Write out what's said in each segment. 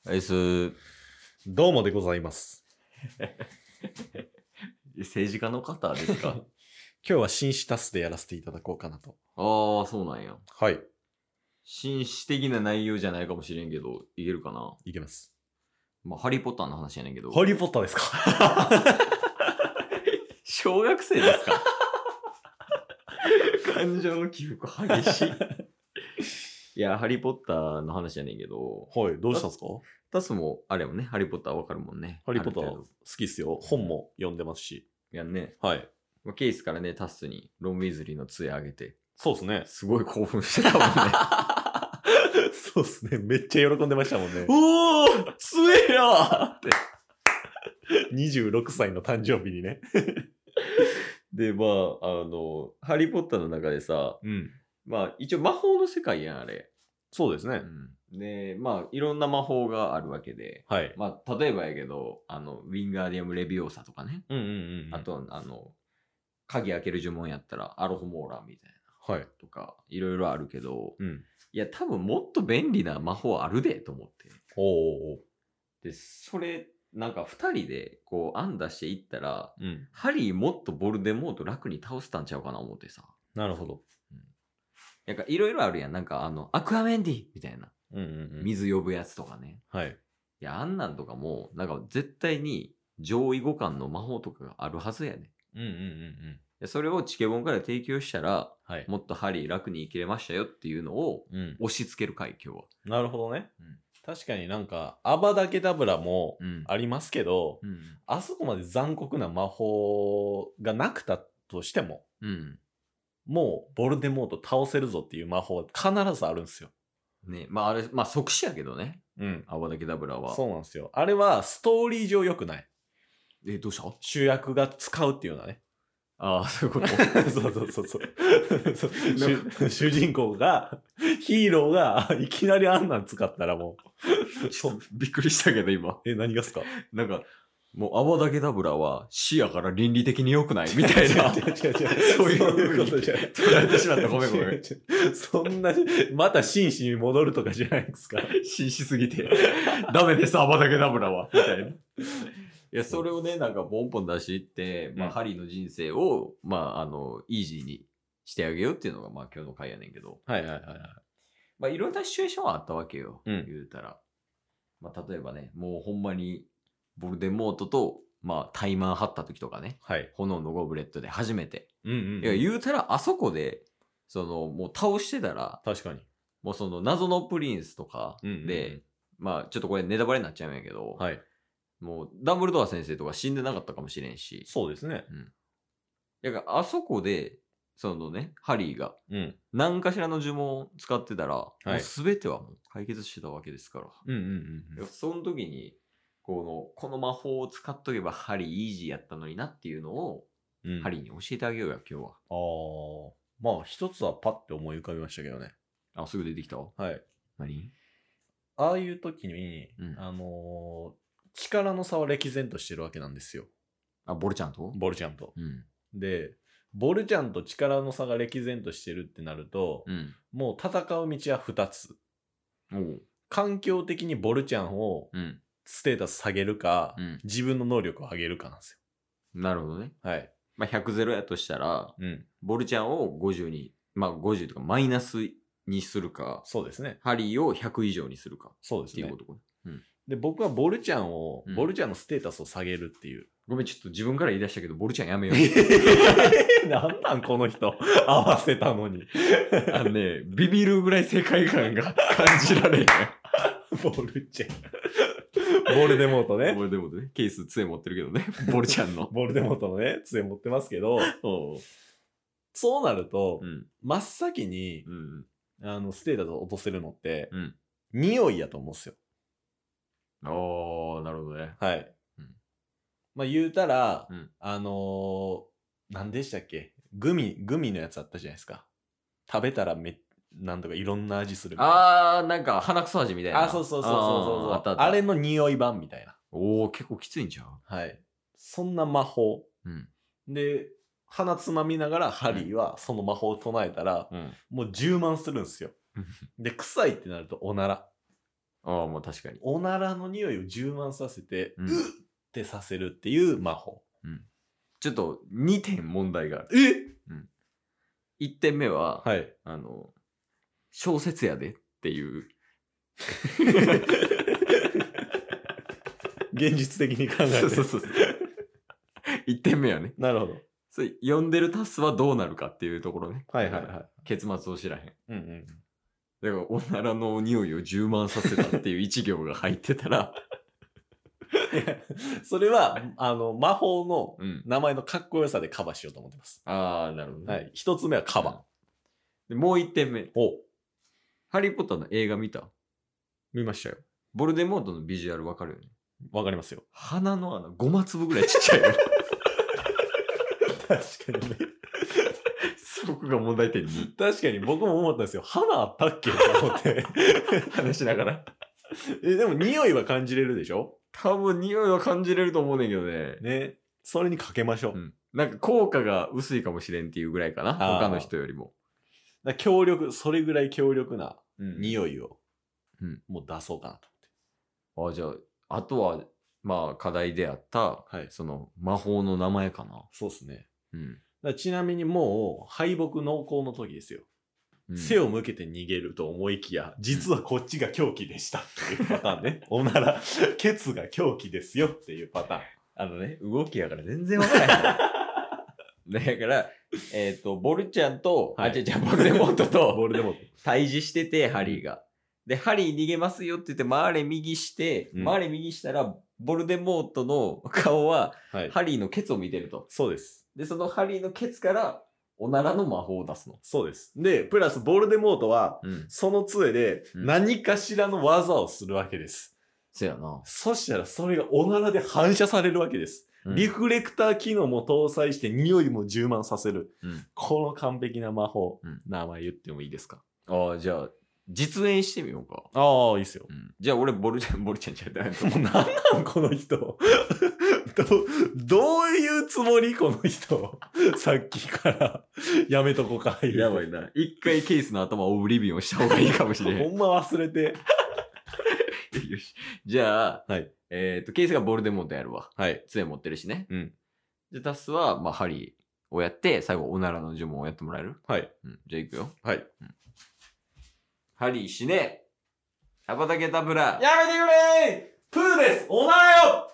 どうもでございます。 政治家の方ですか？ 今日は紳士タスでやらせていただこうかなと。 ああ、そうなんや。 はい。 紳士的な内容じゃないかもしれんけど、いけるかな？ いけます。 まあ、ハリーポッターの話やねんけど。 ハリーポッターですか？ 小学生ですか？感情の起伏激しい。いや、ハリーポッターの話やねんけど。 はい、どうしたんですか？ タスも、あれもね、ハリーポッターわかるもんね。 ハリーポッター好ある程度きっすよ。本も読んでますし。 いやね。 はい。 まあケースからね、タスにロン・ウィズリーの杖あげて、 そうですね。 すごい興奮してたもんね。 そうですね。めっちゃ喜んでましたもんね。 おー杖やって。 26歳の誕生日にね。 で、まあ、ハリー・ポッターの中でさ、 うん。 まあ、一応魔法の世界やん、あれ。 そうですね。 で、まあ、いろんな魔法があるわけで、 はい。 まあ、例えばやけど、ウィンガーディアム・レビオーサとかね。 うんうんうん。 あ、と、鍵開ける呪文やったら、アロホモーラみたいな。 はい。 とか、いろいろあるけど、 うん。 いや、多分もっと便利な魔法あるで、と思って。 おー。 で、それ、なんか二人で、こう、案出していったら、 うん。 ハリーもっとボルデモート楽に倒せたんちゃうかな思ってさ。 なるほど。 なんかいろいろあるやん。なんかアクアメンディみたいな。 うんうんうん。 水呼ぶやつとかね。 はい。 いや、あんなんとかも、なんか絶対に上位互換の魔法とかがあるはずやね。 うんうんうんうん。 でそれをチケボンから提供したら、 はい。 もっとハリー楽に生きれましたよっていうのをうん。 押し付ける回、今日は。 なるほどね。 うん確かになんか、アバダケダブラもうんありますけど、 うん。 あそこまで残酷な魔法がなくたとしても、 うん。 もうボルデモート倒せるぞっていう魔法は必ずあるんですよ。 ね、まああれ、まあ即死やけどね。 うん。 アバダケダブラは。 そうなんですよ。あれはストーリー上良くない。 どうした？ 主役が使うっていうのはね。 ああ、そういうこと。 そうそうそうそう主人公が、ヒーローがいきなりあんなん使ったらもう、 ちょっとびっくりしたけど今。 何がっすか？ なんか、もうアバダケダブラは死やから倫理的に良くないみたいな。 違うそういうことじゃない。 捉えてしまった。ごめんごめん。 違うそんな、また紳士に戻るとかじゃないですか。 紳士すぎて。ダメです、アバダケダブラは。みたいな。いや、それをね、なんかポンポン出していって、まあ、 うんハリーの人生を、まあ、イージーにしてあげようっていうのが、まあ、今日の回やねんけど。 はいはいはいはい。 まあ、いろんなシチュエーションはあったわけよ。 うん言うたら。まあ、例えばね、もうほんまに、ボルデモートと、まあ、タイマー張った時とかね、 はい。 炎のゴブレットで初めて。 うんうん、うん。 いや、言うたら、あそこで、もう倒してたら、 確かに。 もう謎のプリンスとかで、 うんうんうんまあ、ちょっとこれネタバレになっちゃうんやけど、 はい。 もう、ダンブルドア先生とか死んでなかったかもしれんし、 そうですね。 だから、あそこで、ハリーが、 うん。 何かしらの呪文を使ってたら、 いもう全てはもう解決してたわけですから。 うんうんうん。 その時に、この魔法を使っとけばハリーイージーやったのになっていうのを、 うん、 ハリーに教えてあげようや、今日は。 ああ。まあ、一つはパッて思い浮かびましたけどね。 あ、すぐ出てきたわ。 はい。 何？ ああいう時に、 うん力の差は歴然としてるわけなんですよ。 あ、ボルちゃんと？ ボルちゃんと。 うん。 で、ボルちゃんと力の差が歴然としてるってなると、 うん。 もう戦う道は2つ。 おう。 環境的にボルちゃんをうん。 ステータス下げるか、 うん。 自分の能力を上げるかなんですなるほどね。 よ。はい。 まあ、100ゼロやとしたら、 うん。 ボルちゃんを50に、まあ、50とかマイナスにするか、 そうですね。 ハリーを100以上にするかそうですねっていうこ。とか。 で、僕はボルちゃんを、 うんボルちゃんのステータスを下げるっていう。 ごめん、ちょっと自分から言い出したけど、ボルちゃんやめよう。 なんなんこの人。合わせたのに。 ビビるぐらい世界観が感じられへん。 ボルちゃん。ボルデモートね。 ボルデモートね。ケース杖持ってるけどね。ボルちゃんの。 ボルデモートのね、杖持ってますけど、 おうそうなると、 うん。 真っ先にう、ん。 ステータスを落とせるのって、 うん。 匂いやと思うんですよ。 おー、なるほどね。 はい。 うんまあ言うたら、 うん何でしたっけグミのやつあったじゃないですか。食べたらなんとかいろんな味するみたいな。 なんか鼻くそ味みたいな。 そうそうあったあったあれの匂い版みたいな。 おー、結構きついんちゃう？ はい。そんな魔法。 うん。 で、鼻つまみながらハリーはその魔法を唱えたら、 うん。 もう充満するんですよ。で、臭いってなるとおなら。 ああ、まあ確かに。 おならの匂いを充満させて、 うんうってさせるっていう魔法。 ちょっと2点問題がある。1点目は、 はい。 小説やでっていう。 現実的に考えて。 そう。1点目はね。 なるほど。 それ読んでるタスはどうなるかっていうところね。 はいはいはい。 結末を知らへん。 うんうん。 だから、おならの匂いを充満させたっていう一行が入ってたら、 それは、魔法のうん。 名前のかっこよさでカバーしようと思ってます。 ああ、なるほどね。 はい。一つ目はカバでもう1点目。 ー。お、 ハリーポッターの映画見た？ 見ましたよ。 ボルデモートのビジュアルわかるよね。 わかりますよ。 鼻の穴5マ粒ぐらいちっちゃいよ。 確かにね。 そこが問題点に確かに僕も思ったんですよ。花あったっけと思って。 話しながら。 でも匂いは感じれるでしょ？ 多分匂いは感じれると思うねんけどね。 ね。それにかけましょう。 なんか効果が薄いかもしれんっていうぐらいかな。 あー他の人よりも。 だから強力、それぐらい強力な匂いを、 うんもう出そうかなと思って。 じゃあ、あとは、まあ課題であった、 はいその魔法の名前かな。 そうですね。 うん。 だからちなみにもう、敗北濃厚の時ですよ。背を向けて逃げると思いきや、実はこっちが狂気でしたっていうパターンね。おなら、ケツが狂気ですよっていうパターン。 動きやから全然わからへん。だから、ボルちゃんと、 はいボルデモートとボールでも。 対峙してて、ハリーが。で、ハリー逃げますよって言って、回れ右して、 うん回れ右したら、ボルデモートの顔は、 はい。 ハリーのケツを見てると。 そうです。 で、そのハリーのケツから、おならの魔法を出すの。 そうです。で、プラス、ボルデモートは、 うん。 その杖でうん何かしらの技をするわけです。 そやな。 そしたらそれがおならで反射されるわけです。リフレクター機能も搭載して匂いも充満させる。 うん。 この完璧な魔法、 うん名前言ってもいいですか？ ああ、じゃあ、実演してみようか。 ああ、いいっすよ。 じゃあ、俺、ボルちゃんちゃったら、 もうなんなんこの人どういうつもりこの人さっきからやめとこか言うてやばいな。一回ケースの頭をオブリビオンした方がいいかもしれへん。 ほんま忘れて。 よし。じゃあ、 はい。 ケースがボルデモートやるわ。 はい。 杖持ってるしね。 うん。 で、タスは、まあ、ハリーをやって、最後、おならの呪文をやってもらえる？ はい。 じゃあ、いくよ。 はい。 ハリー死ね。アバタケタブラ。 やめてくれープーですおならよ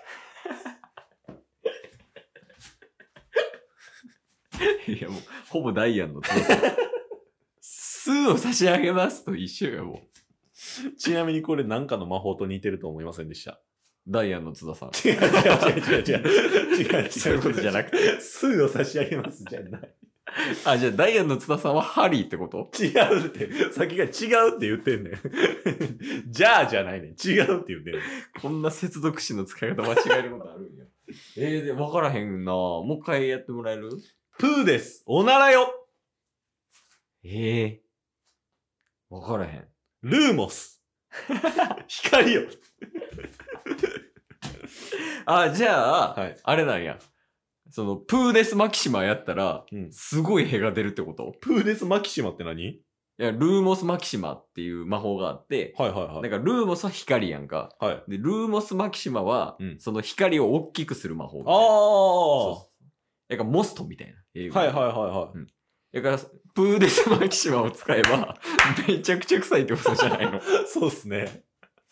いや、もう、ほぼダイアンの強さ。数を差し上げますと一緒よ、もう。 ちなみにこれなんかの魔法と似てると思いませんでした。 ダイアンの津田さん。 違う。違う。 そういうことじゃなくて。 数を差し上げますじゃない。 あ、じゃあダイアンの津田さんはハリーってこと？ 違うって。さっきが違うって言ってんねん。じゃあじゃないねん。違うって言ってんねん。 こんな接続詞の使い方間違えることあるんや。で、わからへんな。もう一回やってもらえる？ プーですおならよわからへん。 ルーモス光よあ、じゃあ、 はいあれなんや。その、プーデスマキシマやったら、 うんすごい屁が出るってこと？ プーデスマキシマって何？ いや、ルーモスマキシマっていう魔法があって、 はいはいはい。 なんかルーモスは光やんか。 はい。 で、ルーモスマキシマは、 うんその光を大きくする魔法みたいな。 あそう。だからモストみたいな。英語ではいはいはいはい。 だから、プーデスマキシマを使えば、めちゃくちゃ臭いってことじゃないの。 そうっすね。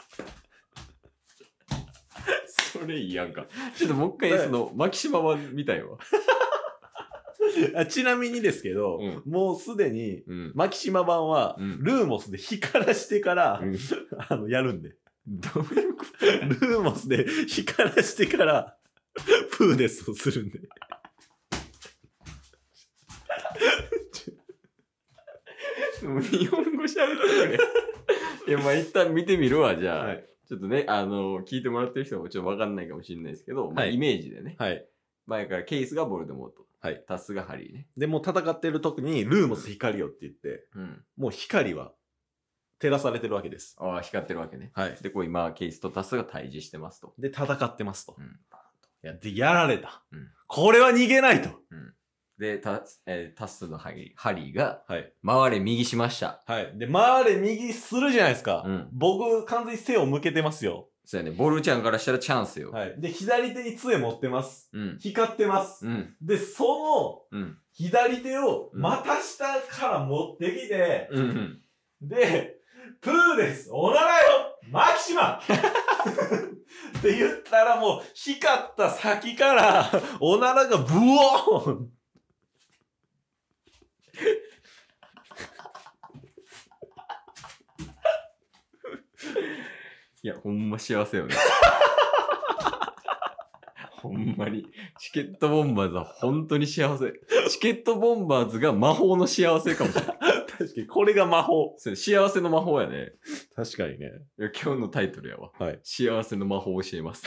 それいいやんか。ちょっともう一回その、マキシマは見たいわ。 ちなみにですけど、 うんもうすでに、 うん。 マキシマ版は、 うんルーモスで光らしてから、 うんやるんで。 どういうこルーモスで光らしてから、プーデスをするんで。 と？もう日本語喋ってくれ。いや、まあ一旦見てみるわ、じゃあ。 はいちょっとね、聞いてもらってる人もちょっとわかんないかもしれないですけど、まあはいイメージでね。 はい。 前からケイスがボルデモート。 はい。 タスがハリーね。 で、もう戦ってる時に、ルーモス光よって言って、 うん。 もう光は照らされてるわけです。 ああ、光ってるわけね。 はい。 で、こう今、ケイスとタスが対峙してますと。 で、戦ってますと。 うん。 で、やられた。 うんこれは逃げないと。 うん。 で、タスのハリーが、 はい。 回れ右しました。 はい。で、回れ右するじゃないですか。 うん。 僕、完全に背を向けてますよ。 そうやね。ボルちゃんからしたらチャンスよ。 はい。で、左手に杖持ってます。 うん。 光ってます。 うん。 で、その、 うん。 左手を股下から持ってきて、 うん。で、 プーです。おならよマキシマって言ったらもう、光った先から、おならがブオーンいや、ほんま幸せよね。ほんまに。チケットボンバーズは本当に幸せ。チケットボンバーズが魔法の幸せかもしれない。 確かに、これが魔法。 それ幸せの魔法やね。 確かにね。 いや今日のタイトルやわ。 はい。 幸せの魔法を教えます。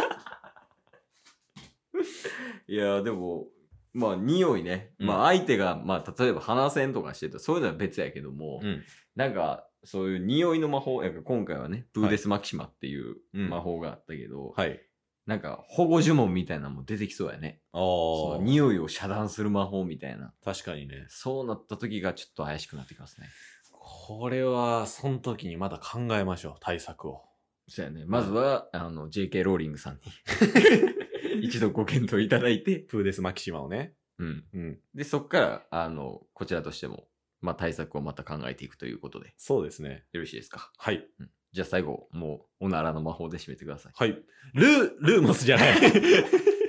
いや、でも、まあ、匂いね。 うんまあ、相手が、まあ、例えば鼻栓とかしてると、そういうのは別やけども、 うん。 なんか、そういう匂いの魔法、今回はね、プーデスマキシマっていう魔法があったけど、 はい。 なんか保護呪文みたいなのも出てきそうやね。 あそのあ。 匂いを遮断する魔法みたいな。 確かにね。 そうなった時がちょっと怪しくなってきますね。 これは、その時にまだ考えましょう。対策を。 そうやね。まずは、JK ローリングさんに一度ご検討いただいて、 プーデスマキシマをね。 うん。 うん。 で、そっから、こちらとしても、まあ、対策をまた考えていくということで、 そうですね。 よろしいですか。 はい。 じゃあ最後、もう、おならの魔法で締めてください。 はい。ルーモスじゃない。